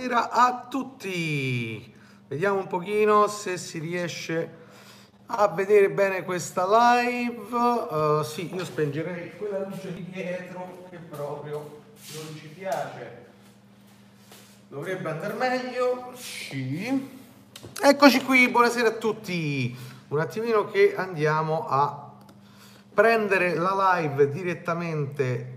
Buonasera a tutti, vediamo un pochino se si riesce a vedere bene questa live. Sì, io spengerei quella luce di dietro che proprio non ci piace. Dovrebbe andare meglio. Sì. Eccoci qui, buonasera a tutti. Un attimino che andiamo a prendere la live direttamente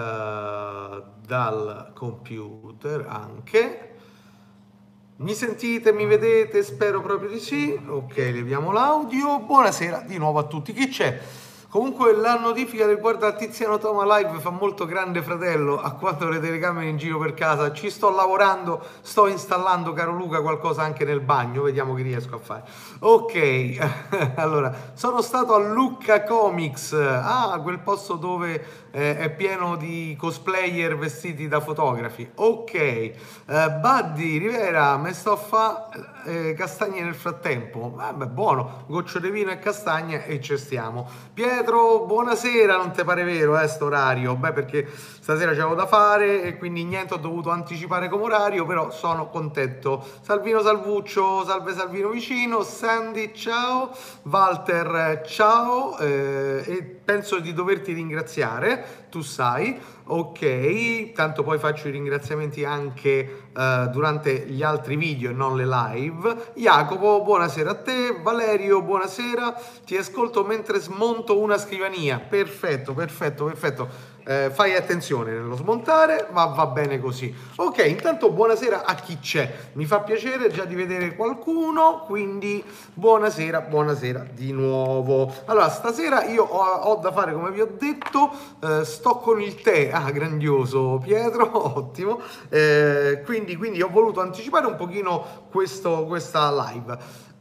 dal computer anche. Mi sentite, mi vedete? Spero proprio di sì. Ok, leviamo l'audio. Buonasera di nuovo a tutti. Chi c'è? Comunque la notifica riguardo a Tiziano Toma Live fa molto grande fratello a quanto le telecamere in giro per casa. Ci sto lavorando, sto installando, caro Luca, qualcosa anche nel bagno. Vediamo che riesco a fare. Ok, allora, sono stato a Lucca Comics, quel posto dove è pieno di cosplayer vestiti da fotografi. Ok, Buddy Rivera, me sto a fa castagne nel frattempo. Vabbè, buono, goccio di vino e castagne e ci stiamo. Pietro, buonasera, non te pare vero, sto orario? Beh, perché stasera c'avevo da fare e quindi niente, ho dovuto anticipare come orario, però sono contento. Salvino Salvuccio, salve Salvino vicino, Sandy, ciao, Walter, ciao, e penso di doverti ringraziare, tu sai, ok, tanto poi faccio i ringraziamenti anche durante gli altri video e non le live. Jacopo, buonasera a te, Valerio, buonasera, ti ascolto mentre smonto una scrivania, perfetto, perfetto, perfetto. Fai attenzione nello smontare, ma va bene così. Ok, intanto buonasera a chi c'è. Mi fa piacere già di vedere qualcuno, quindi buonasera, buonasera di nuovo. Allora, stasera io ho da fare, come vi ho detto, sto con il tè. Ah, grandioso Pietro, ottimo. Quindi ho voluto anticipare un pochino questa live.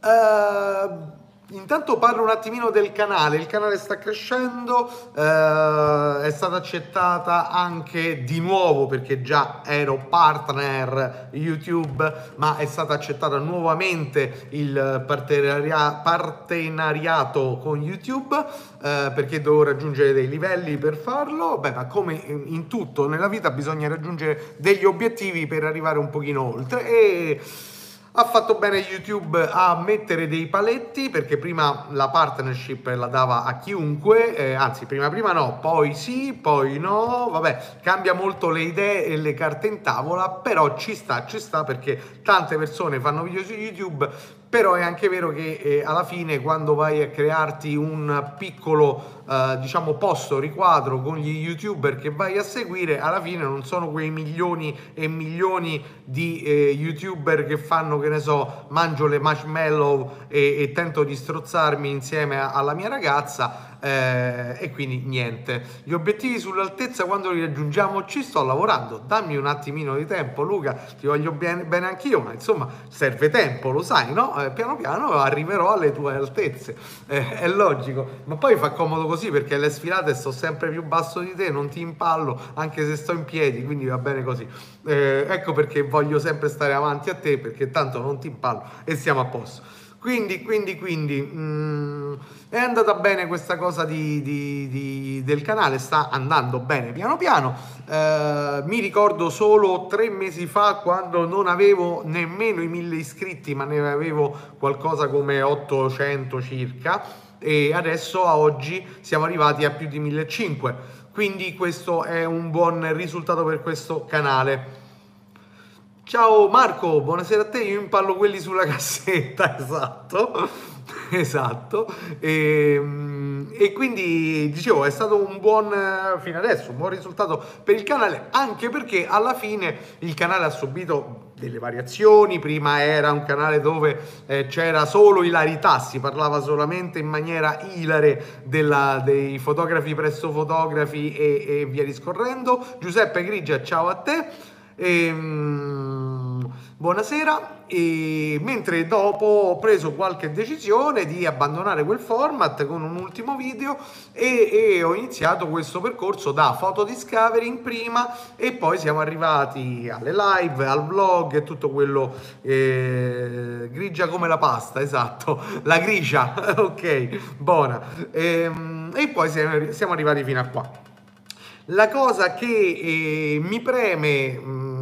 Intanto parlo un attimino del canale, il canale sta crescendo, è stata accettata anche di nuovo perché già ero partner YouTube, ma è stata accettata nuovamente il partenariato con YouTube perché devo raggiungere dei livelli per farlo. Beh, ma come in tutto nella vita bisogna raggiungere degli obiettivi per arrivare un pochino oltre e ha fatto bene YouTube a mettere dei paletti perché prima la partnership la dava a chiunque, anzi prima no, poi sì, poi no, vabbè, cambia molto le idee e le carte in tavola, però ci sta perché tante persone fanno video su YouTube, però è anche vero che alla fine quando vai a crearti un piccolo diciamo posto riquadro con gli youtuber che vai a seguire, alla fine non sono quei milioni e milioni di youtuber che fanno, che ne so, mangio le marshmallow e tento di strozzarmi insieme alla mia ragazza e quindi niente. Gli obiettivi sull'altezza quando li raggiungiamo ci sto lavorando, dammi un attimino di tempo Luca, ti voglio bene anch'io, ma insomma serve tempo, lo sai, no? Piano piano arriverò alle tue altezze, è logico, ma poi fa comodo così perché alle sfilate sto sempre più basso di te, non ti impallo anche se sto in piedi, quindi va bene così. Ecco perché voglio sempre stare avanti a te perché tanto non ti impallo e siamo a posto. Quindi è andata bene questa cosa del canale, sta andando bene piano piano. Mi ricordo solo 3 mesi fa quando non avevo nemmeno i 1000 iscritti, ma ne avevo qualcosa come 800 circa e adesso a oggi siamo arrivati a più di 1500. Quindi questo è un buon risultato per questo canale. Ciao Marco, buonasera a te, io impallo quelli sulla cassetta, esatto, esatto. E quindi dicevo, è stato un buon, fino adesso, un buon risultato per il canale, anche perché alla fine il canale ha subito delle variazioni, prima era un canale dove c'era solo ilarità, si parlava solamente in maniera ilare dei fotografi presso fotografi e via discorrendo. Giuseppe Grigia, ciao a te. Buonasera, e mentre dopo ho preso qualche decisione di abbandonare quel format con un ultimo video e ho iniziato questo percorso da photo discovering prima e poi siamo arrivati alle live, al vlog e tutto quello grigia come la pasta, esatto, la grigia, ok, buona, e poi siamo arrivati fino a qua. La cosa che mi preme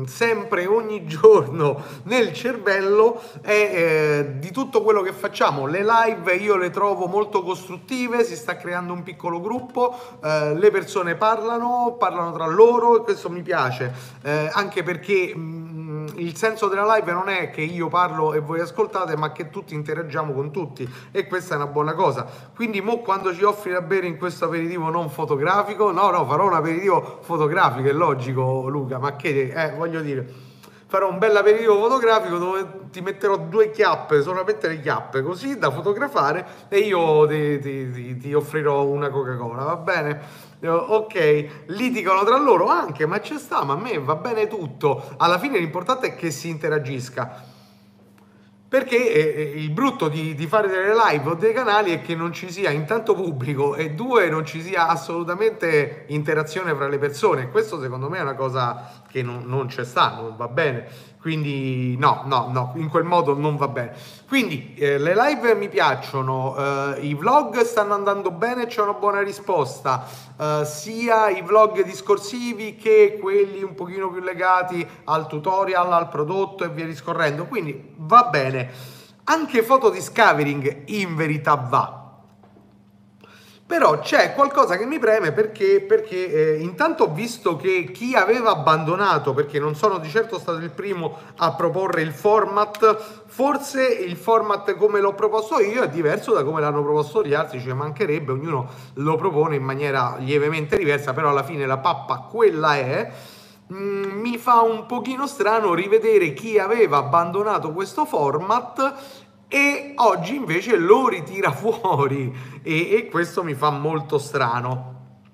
sempre, ogni giorno nel cervello è di tutto quello che facciamo. Le live io le trovo molto costruttive, si sta creando un piccolo gruppo, le persone parlano tra loro e questo mi piace, anche perché il senso della live non è che io parlo e voi ascoltate, ma che tutti interagiamo con tutti, e questa è una buona cosa. Quindi mo quando ci offri da bere in questo aperitivo non fotografico, no, farò un aperitivo fotografico, è logico Luca, ma che voglio dire, farò un bel aperitivo fotografico dove ti metterò 2 chiappe, solamente le chiappe, così da fotografare, e io ti offrirò una Coca-Cola, va bene? Ok, litigano tra loro anche, ma ci sta, ma a me va bene tutto. Alla fine l'importante è che si interagisca. Perché il brutto di fare delle live o dei canali è che non ci sia intanto pubblico e 2 non ci sia assolutamente interazione fra le persone. Questo secondo me è una cosa che non c'è sta, non va bene. Quindi no, in quel modo non va bene. Quindi le live mi piacciono, i vlog stanno andando bene, c'è una buona risposta, sia i vlog discorsivi che quelli un pochino più legati al tutorial, al prodotto e via discorrendo. Quindi va bene. Anche foto discovering in verità va. Però c'è qualcosa che mi preme perché intanto ho visto che chi aveva abbandonato, perché non sono di certo stato il primo a proporre il format, forse il format come l'ho proposto io è diverso da come l'hanno proposto gli altri, ci mancherebbe, ognuno lo propone in maniera lievemente diversa, però alla fine la pappa quella è. Mi fa un pochino strano rivedere chi aveva abbandonato questo format e oggi invece lo ritira fuori e questo mi fa molto strano.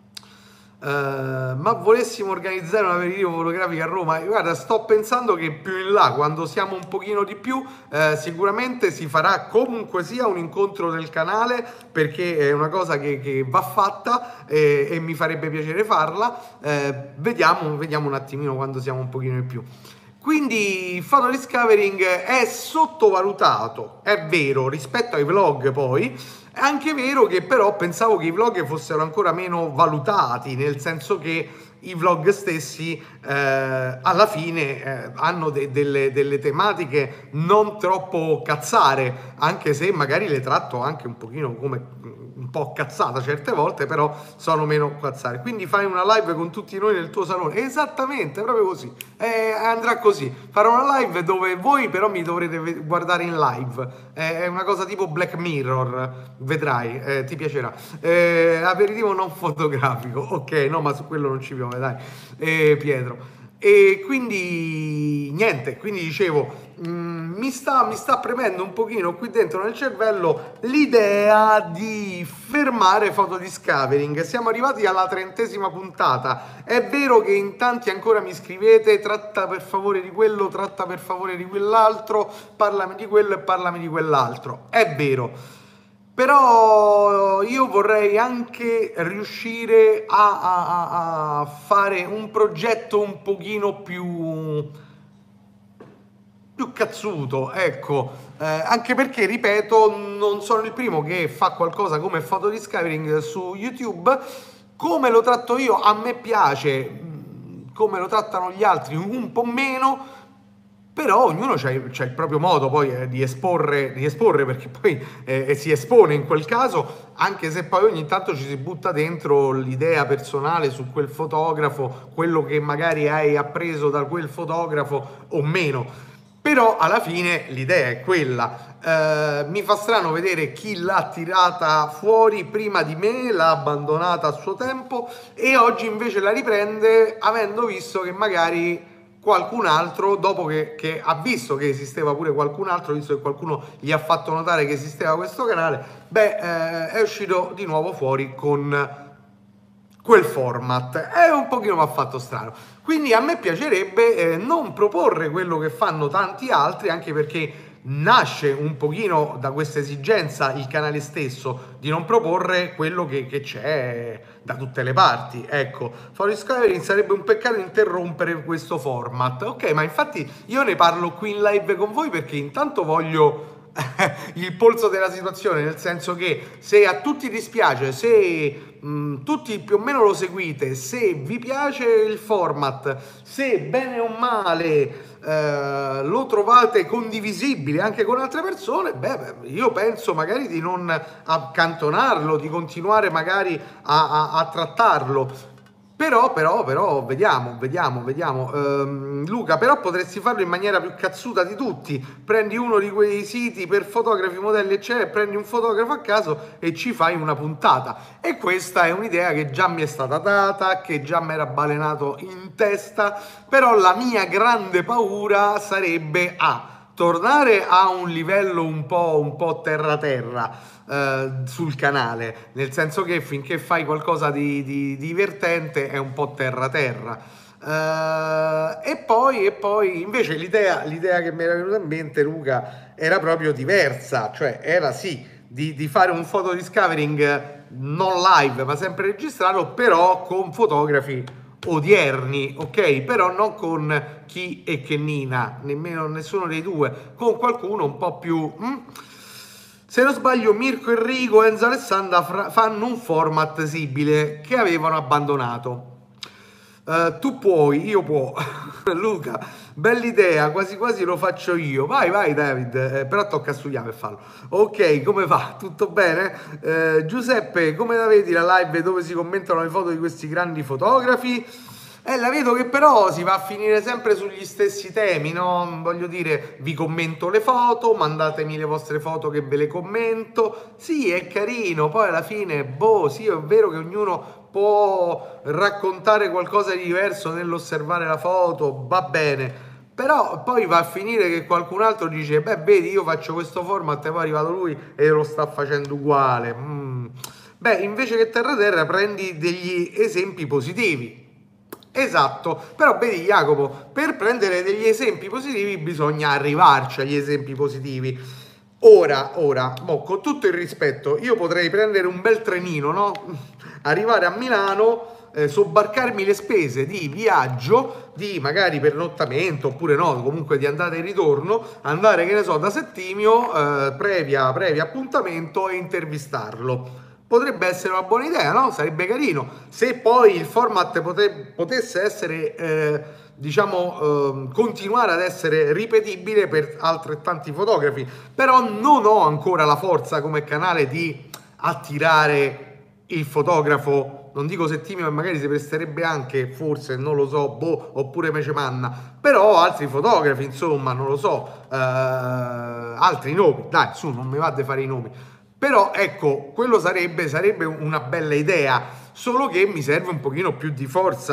Ma volessimo organizzare un aperitivo fotografico a Roma? Guarda, sto pensando che più in là, quando siamo un pochino di più, sicuramente si farà comunque sia un incontro del canale, perché è una cosa che va fatta e mi farebbe piacere farla. Vediamo un attimino quando siamo un pochino di più. Quindi photo discovering è sottovalutato, è vero, rispetto ai vlog poi. È anche vero che però pensavo che i vlog fossero ancora meno valutati, nel senso che i vlog stessi alla fine hanno delle tematiche non troppo cazzare, anche se magari le tratto anche un pochino come un po' cazzata certe volte, però sono meno cazzare. Quindi fai una live con tutti noi nel tuo salone, esattamente, proprio così, andrà così. Farò una live dove voi però mi dovrete guardare in live, è una cosa tipo Black Mirror, vedrai, ti piacerà. Aperitivo non fotografico, ok, no, ma su quello non ci piove, dai, Pietro. E quindi niente, quindi dicevo, mi sta premendo un pochino qui dentro nel cervello l'idea di fermare photo discovering. Siamo arrivati alla 30ª puntata. È vero che in tanti ancora mi scrivete: tratta per favore di quello, tratta per favore di quell'altro, parlami di quello e parlami di quell'altro. È vero. Però io vorrei anche riuscire a fare un progetto un pochino più cazzuto, ecco, anche perché, ripeto, non sono il primo che fa qualcosa come photo discovering su YouTube. Come lo tratto io a me piace, come lo trattano gli altri un po' meno. Però ognuno c'ha il proprio modo poi di esporre, perché poi si espone in quel caso, anche se poi ogni tanto ci si butta dentro l'idea personale su quel fotografo, quello che magari hai appreso da quel fotografo o meno. Però alla fine l'idea è quella. Mi fa strano vedere chi l'ha tirata fuori prima di me, l'ha abbandonata a suo tempo e oggi invece la riprende, avendo visto che magari qualcun altro, dopo che ha visto che esisteva pure qualcun altro, visto che qualcuno gli ha fatto notare che esisteva questo canale, è uscito di nuovo fuori con quel format e un pochino mi ha fatto strano. Quindi a me piacerebbe non proporre quello che fanno tanti altri, anche perché nasce un pochino da questa esigenza il canale stesso di non proporre quello che c'è da tutte le parti. Ecco, For Discovery sarebbe un peccato interrompere questo format. Ok, ma infatti io ne parlo qui in live con voi perché intanto voglio il polso della situazione, nel senso che se a tutti dispiace, se tutti più o meno lo seguite, se vi piace il format, se bene o male lo trovate condivisibile anche con altre persone, io penso magari di non accantonarlo, di continuare magari a trattarlo. Però, vediamo. Luca, però potresti farlo in maniera più cazzuta di tutti. Prendi uno di quei siti per fotografi, modelli, eccetera, prendi un fotografo a caso e ci fai una puntata. E questa è un'idea che già mi è stata data, che già mi era balenato in testa, però la mia grande paura sarebbe tornare a un livello un po' terra sul canale, nel senso che finché fai qualcosa di divertente è un po' terra. E poi invece l'idea che mi era venuta in mente, Luca, era proprio diversa, cioè era sì di fare un photo discovering non live ma sempre registrato, però con fotografi odierni, ok? Però non con Chi e Kennina, nemmeno nessuno dei due, con qualcuno un po' più... Se non sbaglio, Mirko Enrico e Enzo Alessandra fanno un format simile che avevano abbandonato. Tu puoi, io può. Luca, bella idea, quasi quasi lo faccio io. Vai David, però tocca studiare per farlo. Ok, come va? Tutto bene? Giuseppe, come la vedi la live dove si commentano le foto di questi grandi fotografi? La vedo che però si va a finire sempre sugli stessi temi, no? Voglio dire, vi commento le foto, mandatemi le vostre foto che ve le commento. Sì, è carino, poi alla fine, sì, è vero che ognuno può raccontare qualcosa di diverso nell'osservare la foto, va bene. Però poi va a finire che qualcun altro dice, vedi, io faccio questo format e poi è arrivato lui e lo sta facendo uguale. Invece che terra, prendi degli esempi positivi. Esatto, però vedi Jacopo, per prendere degli esempi positivi bisogna arrivarci agli esempi positivi. Ora, con tutto il rispetto, io potrei prendere un bel trenino, no? Arrivare a Milano, sobbarcarmi le spese di viaggio, di magari pernottamento, oppure no, comunque di andata e ritorno, andare, che ne so, da Settimio, previa appuntamento e intervistarlo. Potrebbe essere una buona idea, no? Sarebbe carino. Se poi il format potesse essere, continuare ad essere ripetibile per altrettanti fotografi. Però non ho ancora la forza come canale di attirare il fotografo. Non dico Settimio, magari si presterebbe anche, forse, non lo so, oppure Mecemanna. Però altri fotografi, insomma, non lo so, altri nomi. Dai, su, non mi va di fare i nomi. Però ecco, quello sarebbe una bella idea, solo che mi serve un pochino più di forza,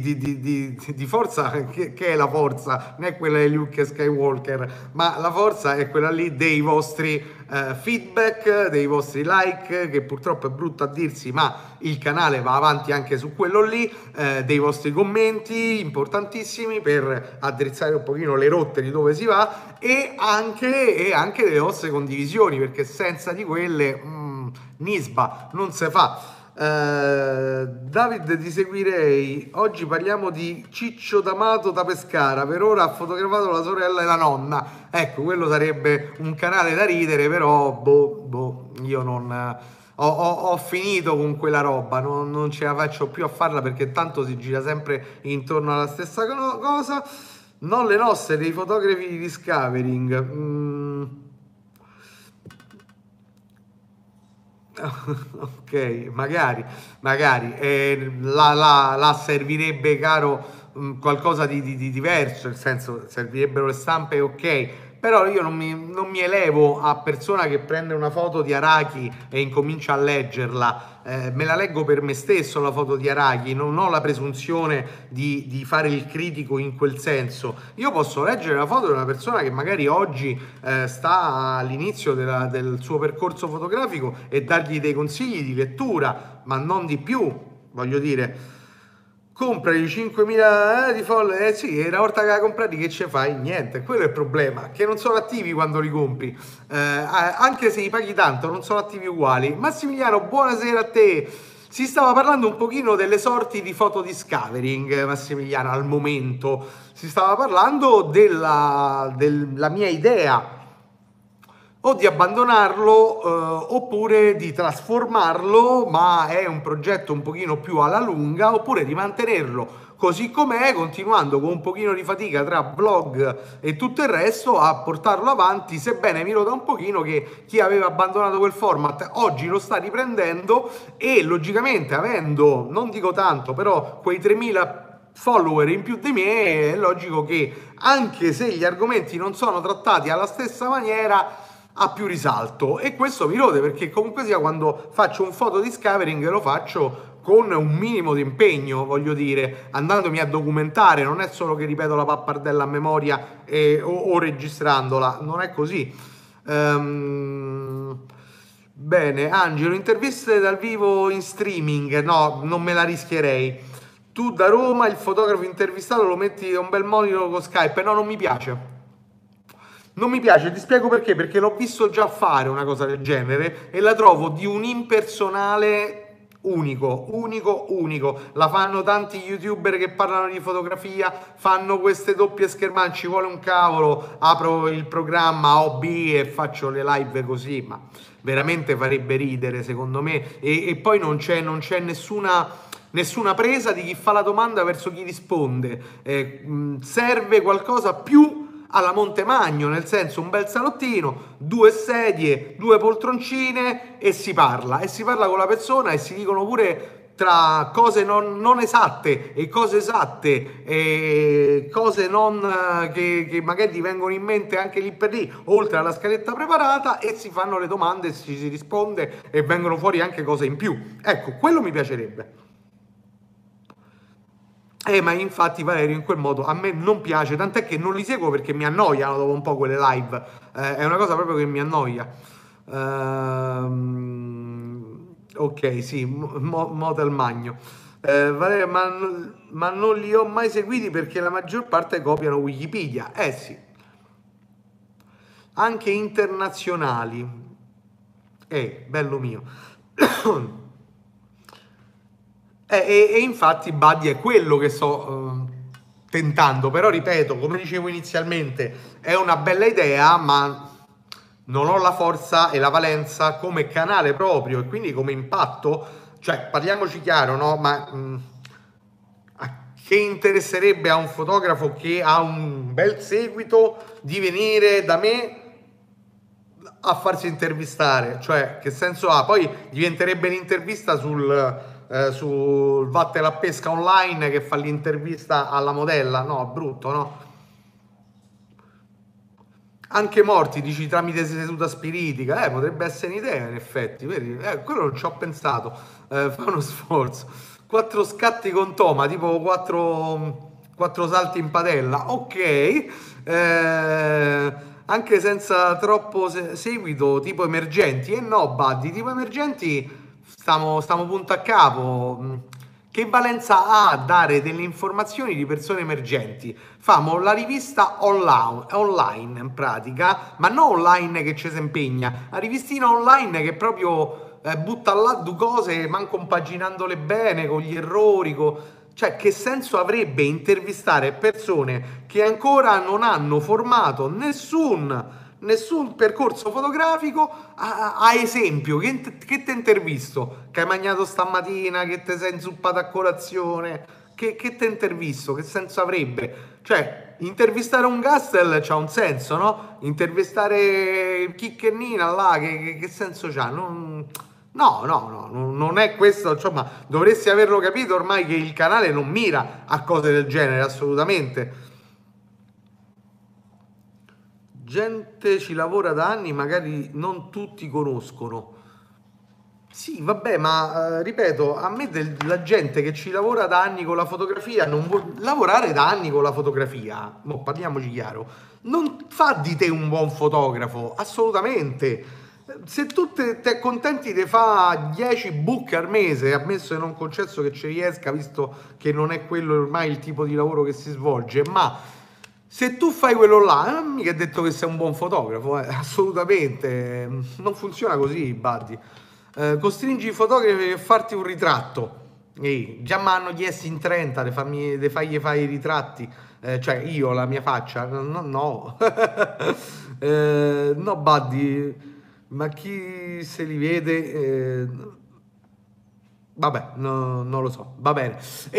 di forza, che è la forza, non è quella di Luke Skywalker, ma la forza è quella lì dei vostri feedback, dei vostri like, che purtroppo è brutto a dirsi, ma il canale va avanti anche su quello lì, dei vostri commenti importantissimi per addrizzare un pochino le rotte di dove si va, e anche delle vostre condivisioni, perché senza di quelle Nisba non si fa. David, ti seguirei. Oggi parliamo di Ciccio D'Amato da Pescara, per ora ha fotografato la sorella e la nonna. Ecco, quello sarebbe un canale da ridere, però io non ho finito con quella roba, non ce la faccio più a farla, perché tanto si gira sempre intorno alla stessa cosa. Non le nostre, dei fotografi di discovering. Ok, magari la servirebbe, caro, qualcosa di diverso, nel senso, servirebbero le stampe, ok, però io non mi elevo a persona che prende una foto di Araki e incomincia a leggerla. Me la leggo per me stesso la foto di Araki, non ho la presunzione di fare il critico in quel senso. Io posso leggere la foto di una persona che magari oggi sta all'inizio del suo percorso fotografico e dargli dei consigli di lettura, ma non di più, voglio dire. Compra i 5.000 di follower, sì, e una volta che la comprati che ce fai? Niente, quello è il problema, che non sono attivi quando li compri, anche se li paghi tanto non sono attivi uguali. Massimiliano, buonasera a te. Si stava parlando un pochino delle sorti di photo discovering, Massimiliano, al momento si stava parlando della mia idea o di abbandonarlo oppure di trasformarlo, ma è un progetto un pochino più alla lunga, oppure di mantenerlo così com'è, continuando con un pochino di fatica tra vlog e tutto il resto a portarlo avanti, sebbene mi nota un pochino che chi aveva abbandonato quel format oggi lo sta riprendendo e logicamente avendo, non dico tanto, però quei 3000 follower in più di me, è logico che anche se gli argomenti non sono trattati alla stessa maniera, ha più risalto. E questo mi rode perché comunque sia, quando faccio un foto discovering lo faccio con un minimo di impegno, voglio dire, andandomi a documentare, non è solo che ripeto la pappardella a memoria o registrandola, non è così. Bene, Angelo, interviste dal vivo in streaming, no, non me la rischierei. Tu da Roma il fotografo intervistato lo metti a un bel monitor con Skype, no, non mi piace. Non mi piace, ti spiego perché, perché l'ho visto già fare una cosa del genere e la trovo di un impersonale unico, unico, unico. La fanno tanti youtuber che parlano di fotografia, fanno queste doppie schermate, ci vuole un cavolo, apro il programma OB e faccio le live così, ma veramente farebbe ridere secondo me e poi non c'è nessuna presa di chi fa la domanda verso chi risponde. Serve qualcosa più alla Montemagno, nel senso un bel salottino, due sedie, due poltroncine e si parla con la persona e si dicono pure tra cose non esatte e cose esatte e cose non che magari ti vengono in mente anche lì per lì, oltre alla scaletta preparata, e si fanno le domande, si risponde e vengono fuori anche cose in più. Ecco, quello mi piacerebbe. Ma infatti Valerio in quel modo a me non piace, tant'è che non li seguo perché mi annoiano dopo un po' quelle live. È una cosa proprio che mi annoia. Ok, sì, Motel Magno. Valerio, ma non li ho mai seguiti perché la maggior parte copiano Wikipedia. Eh sì, anche internazionali. Bello mio. E infatti Buddy è quello che sto tentando, però ripeto, come dicevo inizialmente, è una bella idea, ma non ho la forza e la valenza come canale proprio e quindi come impatto, cioè parliamoci chiaro, no? Ma a che interesserebbe a un fotografo che ha un bel seguito di venire da me a farsi intervistare? Cioè, che senso ha? Poi diventerebbe l'intervista sul Vatte la pesca online che fa l'intervista alla modella. No, brutto, no? Anche morti, dici, tramite seduta spiritica, potrebbe essere un'idea in effetti, vedi? Quello non ci ho pensato, fa uno sforzo. Quattro scatti con Toma, tipo quattro salti in padella, ok, anche senza troppo seguito, tipo emergenti, no, Buddy, tipo emergenti stiamo punto a capo. Che valenza ha a dare delle informazioni di persone emergenti? Famo la rivista online in pratica, ma non online che ci si impegna, la rivistina online che proprio butta là due cose, manco compaginandole bene, con gli errori, cioè che senso avrebbe intervistare persone che ancora non hanno formato nessun percorso fotografico a esempio, che ti intervisto, che hai mangiato stamattina, che ti sei inzuppato a colazione, che ti intervisto, che senso avrebbe? Cioè, intervistare un Gastel c'ha un senso, no? Intervistare Chicchennina là, che senso c'ha? Non è questo, insomma, dovresti averlo capito ormai che il canale non mira a cose del genere, assolutamente. Gente ci lavora da anni, magari non tutti conoscono. Sì, vabbè, ma ripeto, a me la gente che ci lavora da anni con la fotografia, non vuol lavorare da anni con la fotografia, mo parliamoci chiaro, non fa di te un buon fotografo, assolutamente. Se tu ti accontenti di fare 10 book al mese, ammesso e non concesso che ci riesca, visto che non è quello ormai il tipo di lavoro che si svolge, ma se tu fai quello là, non è mica detto che sei un buon fotografo, assolutamente, non funziona così, Buddy. Costringi i fotografi a farti un ritratto. Ehi, già mi hanno chiesto in 30 di fargli fare i ritratti, cioè io, la mia faccia, no, no. no Buddy, ma chi se li vede... vabbè, non lo so, va bene.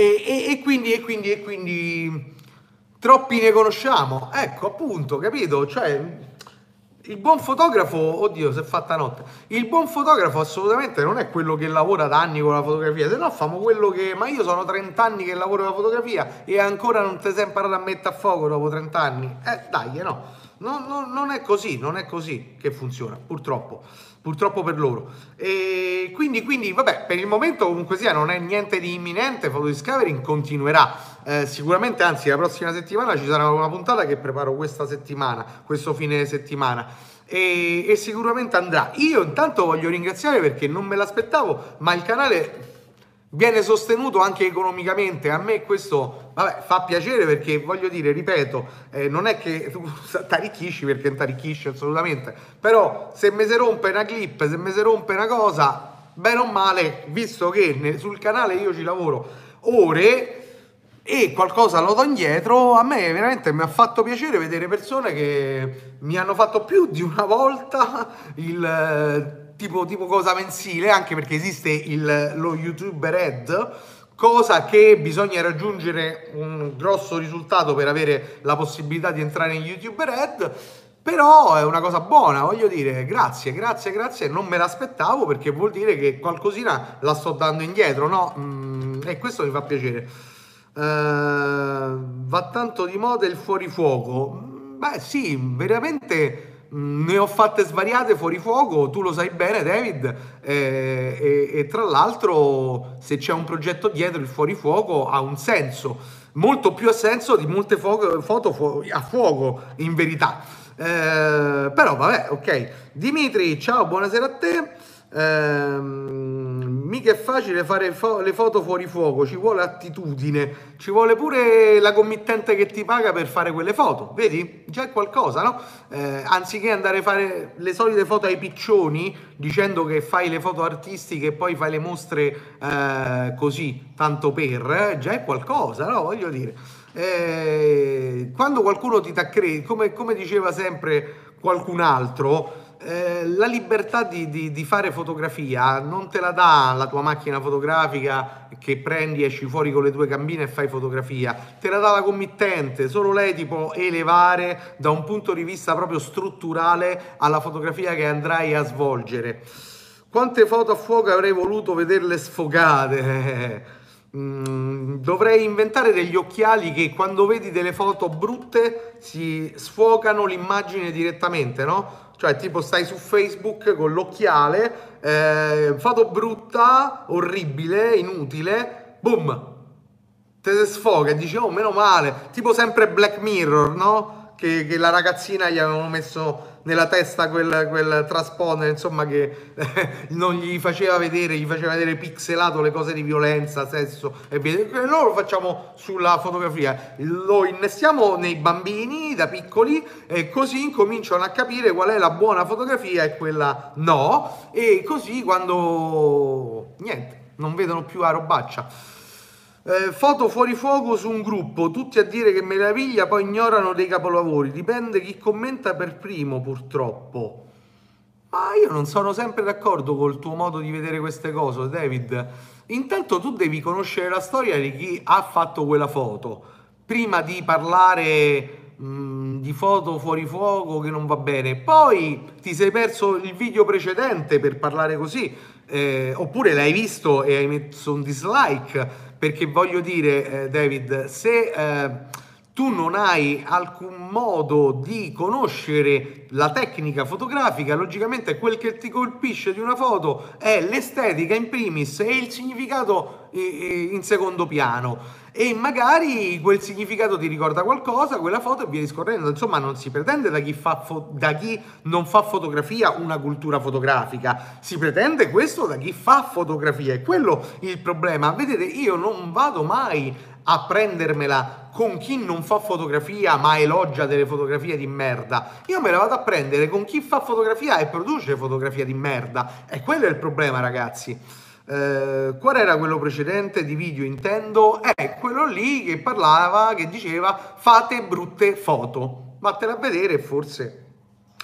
E quindi troppi ne conosciamo, ecco appunto, capito? Cioè, il buon fotografo, oddio, si è fatta notte. Il buon fotografo assolutamente non è quello che lavora da anni con la fotografia, se no famo quello che... Ma io sono 30 anni che lavoro con la fotografia e ancora non ti sei imparato a mettere a fuoco dopo 30 anni. Dai, no. Non è così, non è così che funziona, purtroppo per loro. E quindi, vabbè, per il momento comunque sia non è niente di imminente, Photodiscovering continuerà. Sicuramente, anzi, la prossima settimana ci sarà una puntata che preparo questa settimana, questo fine settimana. E sicuramente andrà. Io intanto voglio ringraziare perché non me l'aspettavo, ma il canale viene sostenuto anche economicamente. A me questo, vabbè, fa piacere perché voglio dire, ripeto, non è che tu t'arricchisci, perché non t'arricchisci assolutamente, però se mi si rompe una clip, se mi si rompe una cosa, bene o male, visto che sul canale io ci lavoro ore e qualcosa lo do indietro, a me veramente mi ha fatto piacere vedere persone che mi hanno fatto più di una volta il tipo cosa mensile, anche perché esiste lo YouTube Red, cosa che bisogna raggiungere un grosso risultato per avere la possibilità di entrare in YouTube Red. Però è una cosa buona, voglio dire, grazie, non me l'aspettavo perché vuol dire che qualcosina la sto dando indietro, no? E questo mi fa piacere. Va tanto di moda il fuorifuoco. Beh sì, veramente ne ho fatte svariate fuori fuoco, tu lo sai bene David, e tra l'altro se c'è un progetto dietro il fuorifuoco ha un senso, molto più a senso di molte foto a fuoco in verità. Però vabbè, ok. Dimitri, ciao, buonasera a te. Mica è facile fare le foto fuori fuoco, ci vuole attitudine, ci vuole pure la committente che ti paga per fare quelle foto, vedi? Già è qualcosa, no? Anziché andare a fare le solite foto ai piccioni dicendo che fai le foto artistiche e poi fai le mostre così, tanto per, già è qualcosa, no? Voglio dire, quando qualcuno ti come diceva sempre qualcun altro, la libertà di fare fotografia non te la dà la tua macchina fotografica che prendi, esci fuori con le tue gambine e fai fotografia, te la dà la committente, solo lei ti può elevare da un punto di vista proprio strutturale alla fotografia che andrai a svolgere. Quante foto a fuoco avrei voluto vederle sfogate? Dovrei inventare degli occhiali che quando vedi delle foto brutte si sfocano l'immagine direttamente, no? Cioè tipo stai su Facebook con l'occhiale, foto brutta, orribile, inutile, boom, te ne sfoga e dici oh meno male, tipo sempre Black Mirror, no? Che la ragazzina gli avevano messo nella testa quel transponder, insomma, che non gli faceva vedere pixelato le cose di violenza, sesso e via. Noi lo facciamo sulla fotografia, lo innestiamo nei bambini da piccoli e così incominciano a capire qual è la buona fotografia e quella no, e così quando niente, non vedono più la robaccia. Foto fuori fuoco su un gruppo, tutti a dire che meraviglia, poi ignorano dei capolavori. Dipende chi commenta per primo, purtroppo. Ma io non sono sempre d'accordo col tuo modo di vedere queste cose, David. Intanto tu devi conoscere la storia di chi ha fatto quella foto, prima di parlare di foto fuori fuoco che non va bene. Poi ti sei perso il video precedente per parlare così, oppure l'hai visto e hai messo un dislike. Perché voglio dire, David, se tu non hai alcun modo di conoscere la tecnica fotografica, logicamente quel che ti colpisce di una foto è l'estetica in primis e il significato in secondo piano. E magari quel significato ti ricorda qualcosa, quella foto e via discorrendo. Insomma, non si pretende da chi non fa fotografia una cultura fotografica, si pretende questo da chi fa fotografia. È quello il problema. Vedete, io non vado mai a prendermela con chi non fa fotografia ma elogia delle fotografie di merda. Io me la vado a prendere con chi fa fotografia e produce fotografia di merda. E quello è il problema, ragazzi. Qual era quello precedente di video, intendo? È quello lì che parlava, che diceva fate brutte foto, vattene a vedere, forse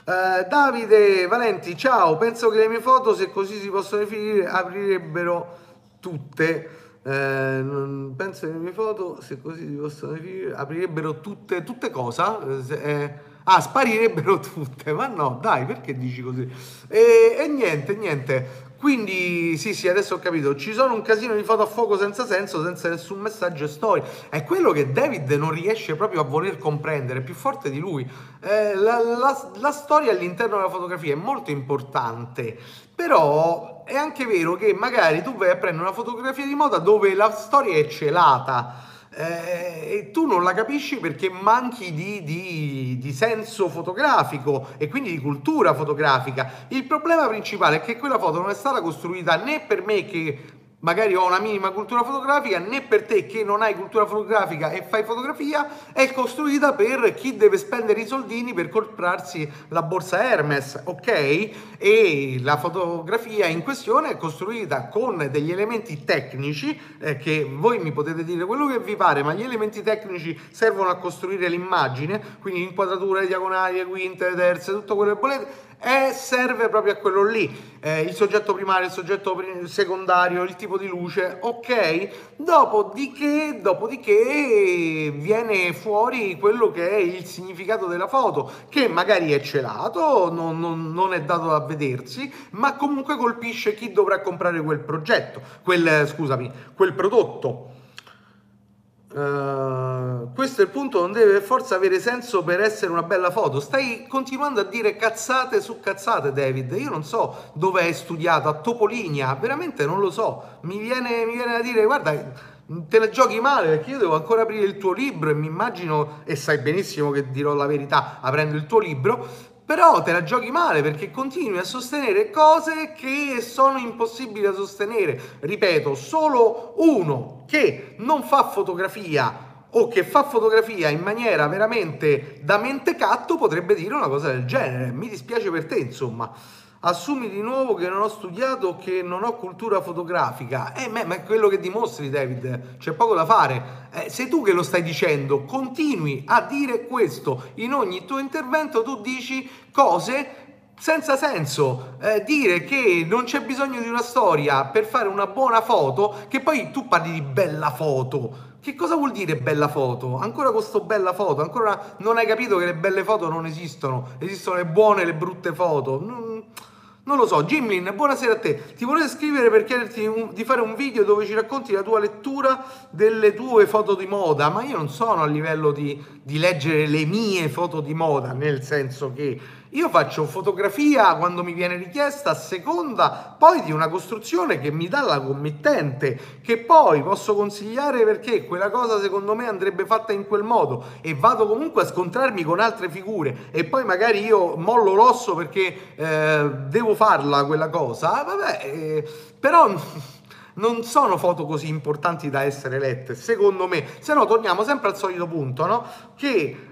Davide Valenti, ciao, penso che le mie foto, se così si possono definire, aprirebbero tutte. Penso che le mie foto, se così si possono definire, aprirebbero tutte cosa? Sparirebbero tutte, ma no, dai, perché dici così? E niente. Quindi sì, adesso ho capito, ci sono un casino di foto a fuoco senza senso, senza nessun messaggio e storia. È quello che David non riesce proprio a voler comprendere, è più forte di lui. La storia all'interno della fotografia è molto importante, però è anche vero che magari tu vai a prendere una fotografia di moda dove la storia è celata. E tu non la capisci perché manchi di senso fotografico e quindi di cultura fotografica. Il problema principale è che quella foto non è stata costruita né per me che magari ho una minima cultura fotografica, né per te che non hai cultura fotografica e fai fotografia, è costruita per chi deve spendere i soldini per comprarsi la borsa Hermes, ok? E la fotografia in questione è costruita con degli elementi tecnici, che voi mi potete dire quello che vi pare, ma gli elementi tecnici servono a costruire l'immagine, quindi inquadrature, diagonali, quinte, terze, tutto quello che volete, serve proprio a quello lì. Il soggetto primario, il soggetto secondario, il tipo di luce, ok? Dopodiché viene fuori quello che è il significato della foto, che magari è celato, non è dato da vedersi, ma comunque colpisce chi dovrà comprare quel prodotto. Questo è il punto, non deve forza avere senso per essere una bella foto. Stai continuando a dire cazzate su cazzate, David. Io non so dove hai studiato, a Topolinia, veramente non lo so. Mi viene da dire, guarda, te la giochi male perché io devo ancora aprire il tuo libro e mi immagino, e sai benissimo che dirò la verità aprendo il tuo libro, però te la giochi male perché continui a sostenere cose che sono impossibili da sostenere. Ripeto, solo uno che non fa fotografia o che fa fotografia in maniera veramente da mentecatto potrebbe dire una cosa del genere. Mi dispiace per te, insomma. Assumi di nuovo che non ho studiato, che non ho cultura fotografica. Ma è quello che dimostri, David. C'è poco da fare. Sei tu che lo stai dicendo. Continui a dire questo. In ogni tuo intervento tu dici cose senza senso. Dire che non c'è bisogno di una storia per fare una buona foto, che poi tu parli di bella foto. Che cosa vuol dire bella foto? Ancora con sto bella foto? Ancora non hai capito che le belle foto non esistono? Esistono le buone e le brutte foto? Non lo so. Gimlin, buonasera a te. Ti volevo scrivere per chiederti di fare un video dove ci racconti la tua lettura delle tue foto di moda, ma io non sono a livello di leggere le mie foto di moda, nel senso che io faccio fotografia quando mi viene richiesta, a seconda poi di una costruzione che mi dà la committente, che poi posso consigliare perché quella cosa secondo me andrebbe fatta in quel modo, e vado comunque a scontrarmi con altre figure e poi magari io mollo l'osso perché devo farla quella cosa, però non sono foto così importanti da essere lette, secondo me. Se no torniamo sempre al solito punto, no? Che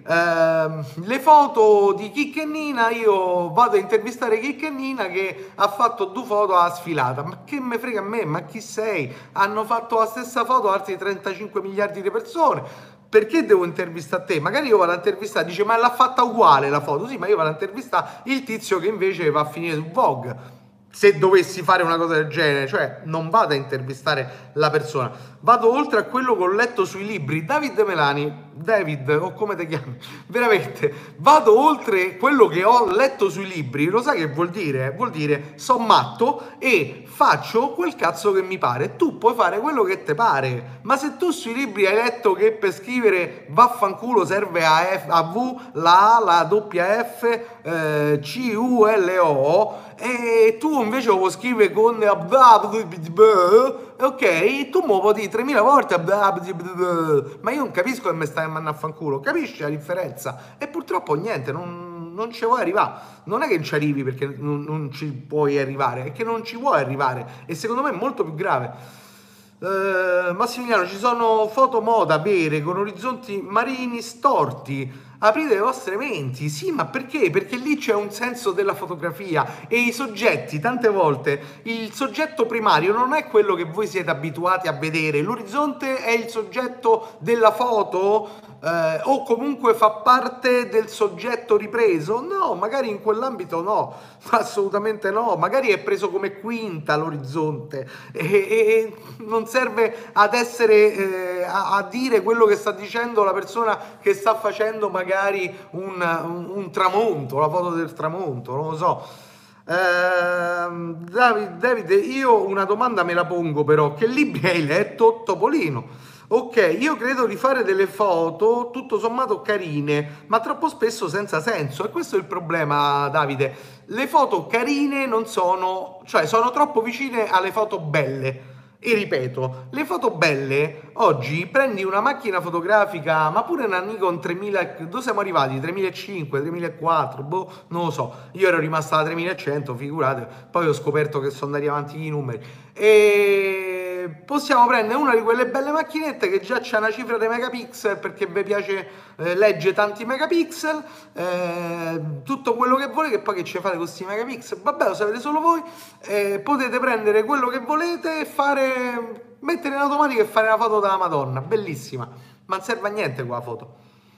le foto di Chicca e Nina, io vado a intervistare Chicca e Nina che ha fatto due foto a sfilata. Ma che me frega a me? Ma chi sei? Hanno fatto la stessa foto altri 35 miliardi di persone. Perché devo intervistare te? Magari io vado a intervistare, dice ma l'ha fatta uguale la foto, sì, ma io vado a intervistare il tizio che invece va a finire su Vogue. Se dovessi fare una cosa del genere, cioè non vado a intervistare la persona, vado oltre a quello che ho letto sui libri. David, o come ti chiami, veramente, vado oltre quello che ho letto sui libri. Lo sai che vuol dire? Vuol dire sono matto e faccio quel cazzo che mi pare. Tu puoi fare quello che ti pare, ma se tu sui libri hai letto che per scrivere vaffanculo serve a V, la A, la doppia F, CULO, e tu invece lo scrivi con ok, tu muovo di 3000 volte, ma io non capisco che mi stai mandando a fanculo. Capisci la differenza? E purtroppo niente, non ci vuoi arrivare. Non è che ci arrivi perché non ci puoi arrivare, è che non ci vuoi arrivare, e secondo me è molto più grave. Massimiliano, ci sono foto moda vere con orizzonti marini storti. aprite le vostre menti, sì, ma perché? Perché lì c'è un senso della fotografia e i soggetti, tante volte, il soggetto primario non è quello che voi siete abituati a vedere, l'orizzonte è il soggetto della foto o comunque fa parte del soggetto ripreso? No, magari in quell'ambito no, assolutamente no, magari è preso come quinta l'orizzonte e non serve ad essere a dire quello che sta dicendo la persona che sta facendo magari un tramonto, la foto del tramonto, non lo so. Davide, io una domanda me la pongo però, che libri hai letto? Topolino. Ok, io credo di fare delle foto tutto sommato carine, ma troppo spesso senza senso. E questo è il problema, Davide. Le foto carine non sono, cioè sono troppo vicine alle foto belle. E ripeto, le foto belle, oggi prendi una macchina fotografica, ma pure una Nikon 3000, dove siamo arrivati? 3500, 3004, boh, non lo so. Io ero rimasta alla 3100, figurate, poi ho scoperto che sono andati avanti i numeri. E possiamo prendere una di quelle belle macchinette che già c'ha una cifra dei megapixel perché vi piace legge tanti megapixel, tutto quello che volete, che poi che ci fate con questi megapixel, vabbè, lo sapete solo voi. Potete prendere quello che volete e fare, mettere in automatico e fare una foto della Madonna, bellissima, ma non serve a niente quella foto.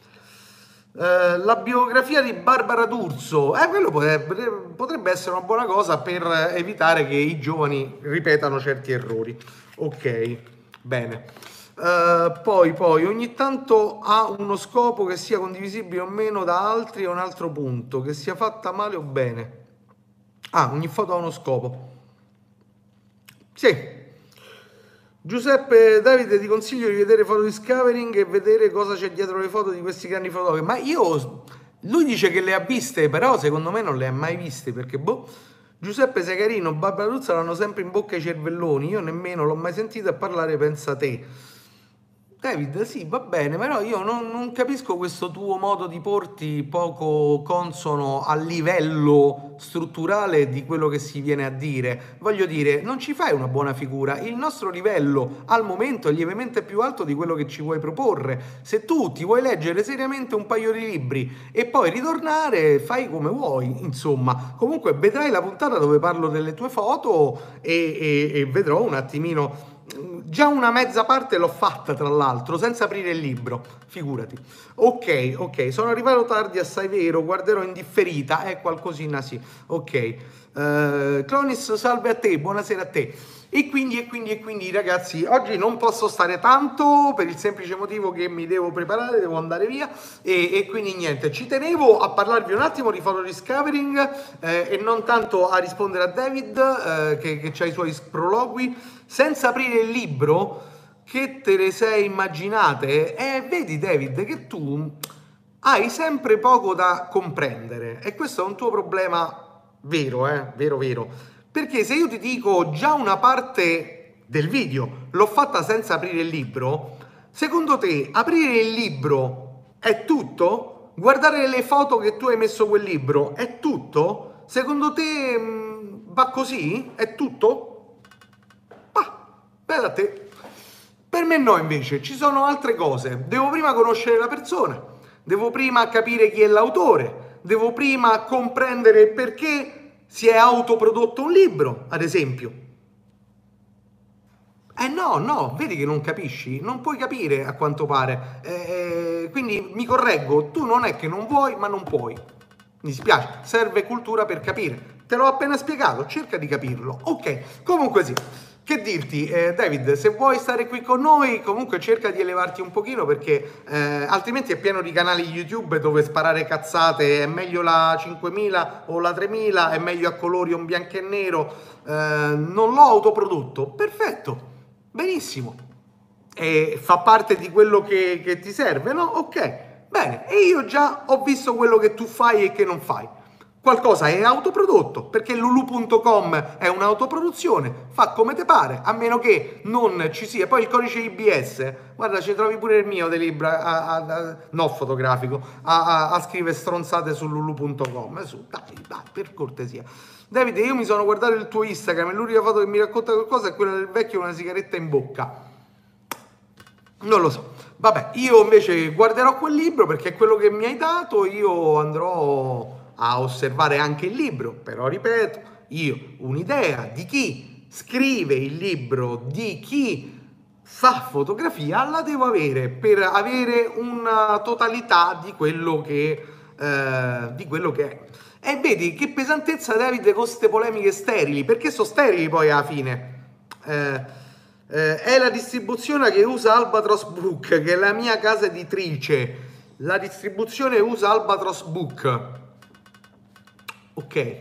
La biografia di Barbara D'Urso, quello potrebbe essere una buona cosa per evitare che i giovani ripetano certi errori. Ok, bene. Poi ogni tanto ha uno scopo che sia condivisibile o meno da altri o un altro punto, che sia fatta male o bene. Ah, ogni foto ha uno scopo. Sì. Giuseppe, Davide, ti consiglio di vedere Foto Discovering e vedere cosa c'è dietro le foto di questi grandi fotografi. Ma lui dice che le ha viste, però secondo me non le ha mai viste, perché boh. Giuseppe, sei carino, Barbara D'Urso l'hanno sempre in bocca i cervelloni, io nemmeno l'ho mai sentita parlare, pensa te. David, sì, va bene, però io non capisco questo tuo modo di porti poco consono al livello strutturale di quello che si viene a dire. Voglio dire, non ci fai una buona figura. Il nostro livello al momento è lievemente più alto di quello che ci vuoi proporre. Se tu ti vuoi leggere seriamente un paio di libri e poi ritornare, fai come vuoi, insomma. Comunque vedrai la puntata dove parlo delle tue foto e vedrò un attimino. Già una mezza parte l'ho fatta, tra l'altro, senza aprire il libro, figurati. Ok, sono arrivato tardi, assai vero, guarderò in differita, qualcosina sì. Ok, Clonis, salve a te, buonasera a te. E quindi ragazzi, oggi non posso stare tanto per il semplice motivo che mi devo preparare, devo andare via e quindi niente, ci tenevo a parlarvi un attimo di Photo Discovering e non tanto a rispondere a David che ha i suoi prologui, senza aprire il libro. Che te le sei immaginate? Vedi David che tu hai sempre poco da comprendere e questo è un tuo problema vero, vero. Perché se io ti dico già una parte del video l'ho fatta senza aprire il libro, secondo te aprire il libro è tutto? Guardare le foto che tu hai messo in quel libro è tutto? Secondo te va così? È tutto? Bah, bella a te. Per me no, invece, ci sono altre cose. Devo prima conoscere la persona, devo prima capire chi è l'autore, devo prima comprendere perché si è autoprodotto un libro, ad esempio. No, vedi che non capisci, non puoi capire a quanto pare. Quindi mi correggo, tu non è che non vuoi, ma non puoi. Mi dispiace, serve cultura per capire. Te l'ho appena spiegato, cerca di capirlo. Ok, comunque sì. Che dirti, David, se vuoi stare qui con noi, comunque cerca di elevarti un pochino perché altrimenti è pieno di canali YouTube dove sparare cazzate, è meglio la 5000 o la 3000, è meglio a colori o in bianco e nero, non l'ho autoprodotto, perfetto, benissimo, e fa parte di quello che ti serve, no? Ok, bene, e io già ho visto quello che tu fai e che non fai. Qualcosa è autoprodotto, perché lulu.com è un'autoproduzione, fa come te pare, a meno che non ci sia. Poi il codice IBS, guarda, ci trovi pure il mio di libro, no fotografico, a scrivere stronzate su lulu.com. Dai, per cortesia. Davide, io mi sono guardato il tuo Instagram e l'unica foto che mi racconta qualcosa è quella del vecchio con una sigaretta in bocca. Non lo so. Vabbè, io invece guarderò quel libro perché è quello che mi hai dato, io andrò a osservare anche il libro, però ripeto, io un'idea di chi scrive il libro, di chi fa fotografia, la devo avere per avere una totalità di quello che è. E vedi che pesantezza, David, con queste polemiche sterili, perché sono sterili poi alla fine. È la distribuzione che usa Albatros Book, che è la mia casa editrice. La distribuzione usa Albatros Book. Ok.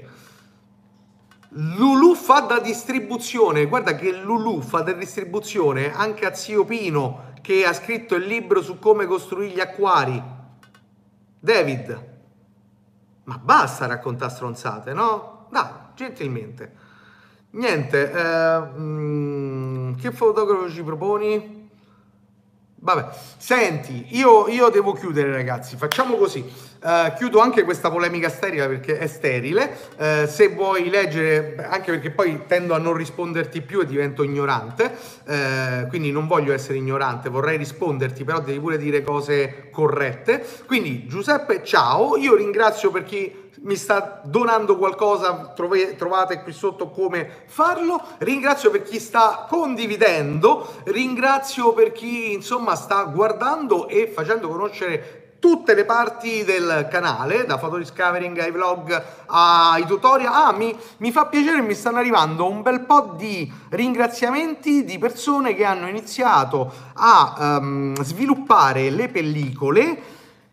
Lulu fa da distribuzione. Guarda che Lulu fa da distribuzione anche a Zio Pino, che ha scritto il libro su come costruire gli acquari. David, ma basta raccontare stronzate, no? Dai, gentilmente. Niente, che fotografo ci proponi? Vabbè, senti, io devo chiudere, ragazzi. Facciamo così. Chiudo anche questa polemica sterile perché è sterile. Se vuoi leggere, anche perché poi tendo a non risponderti più e divento ignorante. Quindi non voglio essere ignorante, vorrei risponderti, però devi pure dire cose corrette. Quindi, Giuseppe, ciao. Io ringrazio per chi mi sta donando qualcosa, trovate qui sotto come farlo, ringrazio per chi sta condividendo, ringrazio per chi insomma sta guardando e facendo conoscere tutte le parti del canale, da Photodiscovering ai vlog ai tutorial. Mi fa piacere, mi stanno arrivando un bel po' di ringraziamenti di persone che hanno iniziato a sviluppare le pellicole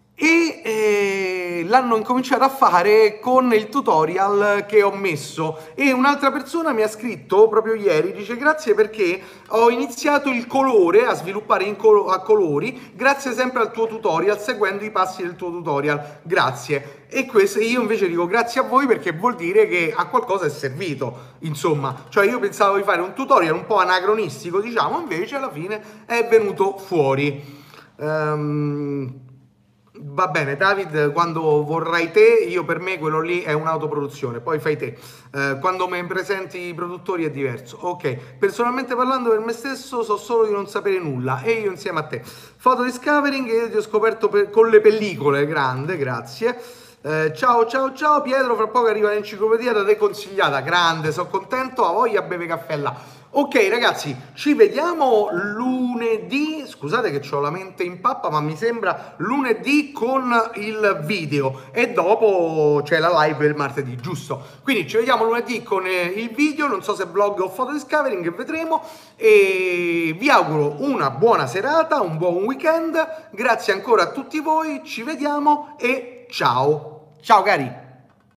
e l'hanno incominciato a fare con il tutorial che ho messo. E un'altra persona mi ha scritto proprio ieri, dice grazie perché ho iniziato il colore, a sviluppare a colori, grazie sempre al tuo tutorial, seguendo i passi del tuo tutorial, grazie. E questo io invece dico grazie a voi perché vuol dire che a qualcosa è servito, insomma, cioè io pensavo di fare un tutorial un po' anacronistico, diciamo, invece alla fine è venuto fuori. Va bene, David, quando vorrai te, io per me quello lì è un'autoproduzione, poi fai te. Quando mi presenti i produttori è diverso. Ok, personalmente parlando per me stesso so solo di non sapere nulla e io insieme a te. Photodiscovering, io ti ho scoperto con le pellicole, grande, grazie. Ciao ciao ciao Pietro, fra poco arriva l'enciclopedia da te consigliata, grande, sono contento, a voglia beve caffè là. Ok ragazzi, ci vediamo lunedì, scusate che ho la mente in pappa, ma mi sembra lunedì con il video e dopo c'è la live il martedì, giusto? Quindi ci vediamo lunedì con il video, non so se vlog o photodiscovering, vedremo, e vi auguro una buona serata, un buon weekend, grazie ancora a tutti voi, ci vediamo e ciao! Ciao cari!